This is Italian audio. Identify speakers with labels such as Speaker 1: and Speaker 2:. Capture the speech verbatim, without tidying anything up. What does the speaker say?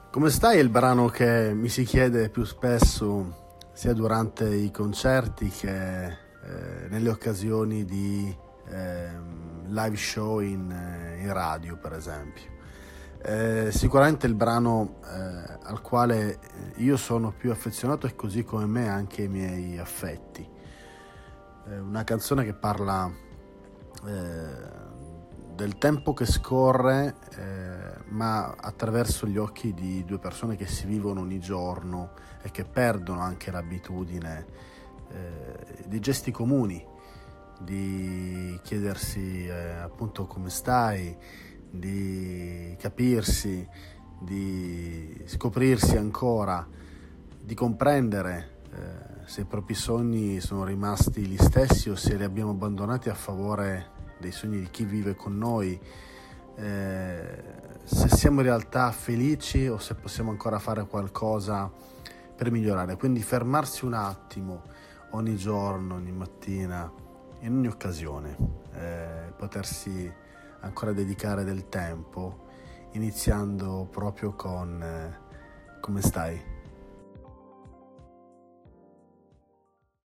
Speaker 1: Come stai è il brano che mi si chiede più spesso sia durante i concerti che eh, nelle occasioni di eh, live show in, eh, in radio, per esempio. Eh, sicuramente il brano eh, al quale io sono più affezionato e così come me anche i miei affetti. Eh, una canzone che parla eh, del tempo che scorre, eh, ma attraverso gli occhi di due persone che si vivono ogni giorno e che perdono anche l'abitudine eh, di gesti comuni, di chiedersi eh, appunto come stai, di capirsi, di scoprirsi ancora, di comprendere eh, se i propri sogni sono rimasti gli stessi o se li abbiamo abbandonati a favore dei sogni di chi vive con noi, eh, se siamo in realtà felici o se possiamo ancora fare qualcosa per migliorare. Quindi fermarsi un attimo ogni giorno, ogni mattina, in ogni occasione, eh, potersi ancora dedicare del tempo, iniziando proprio con eh, come stai?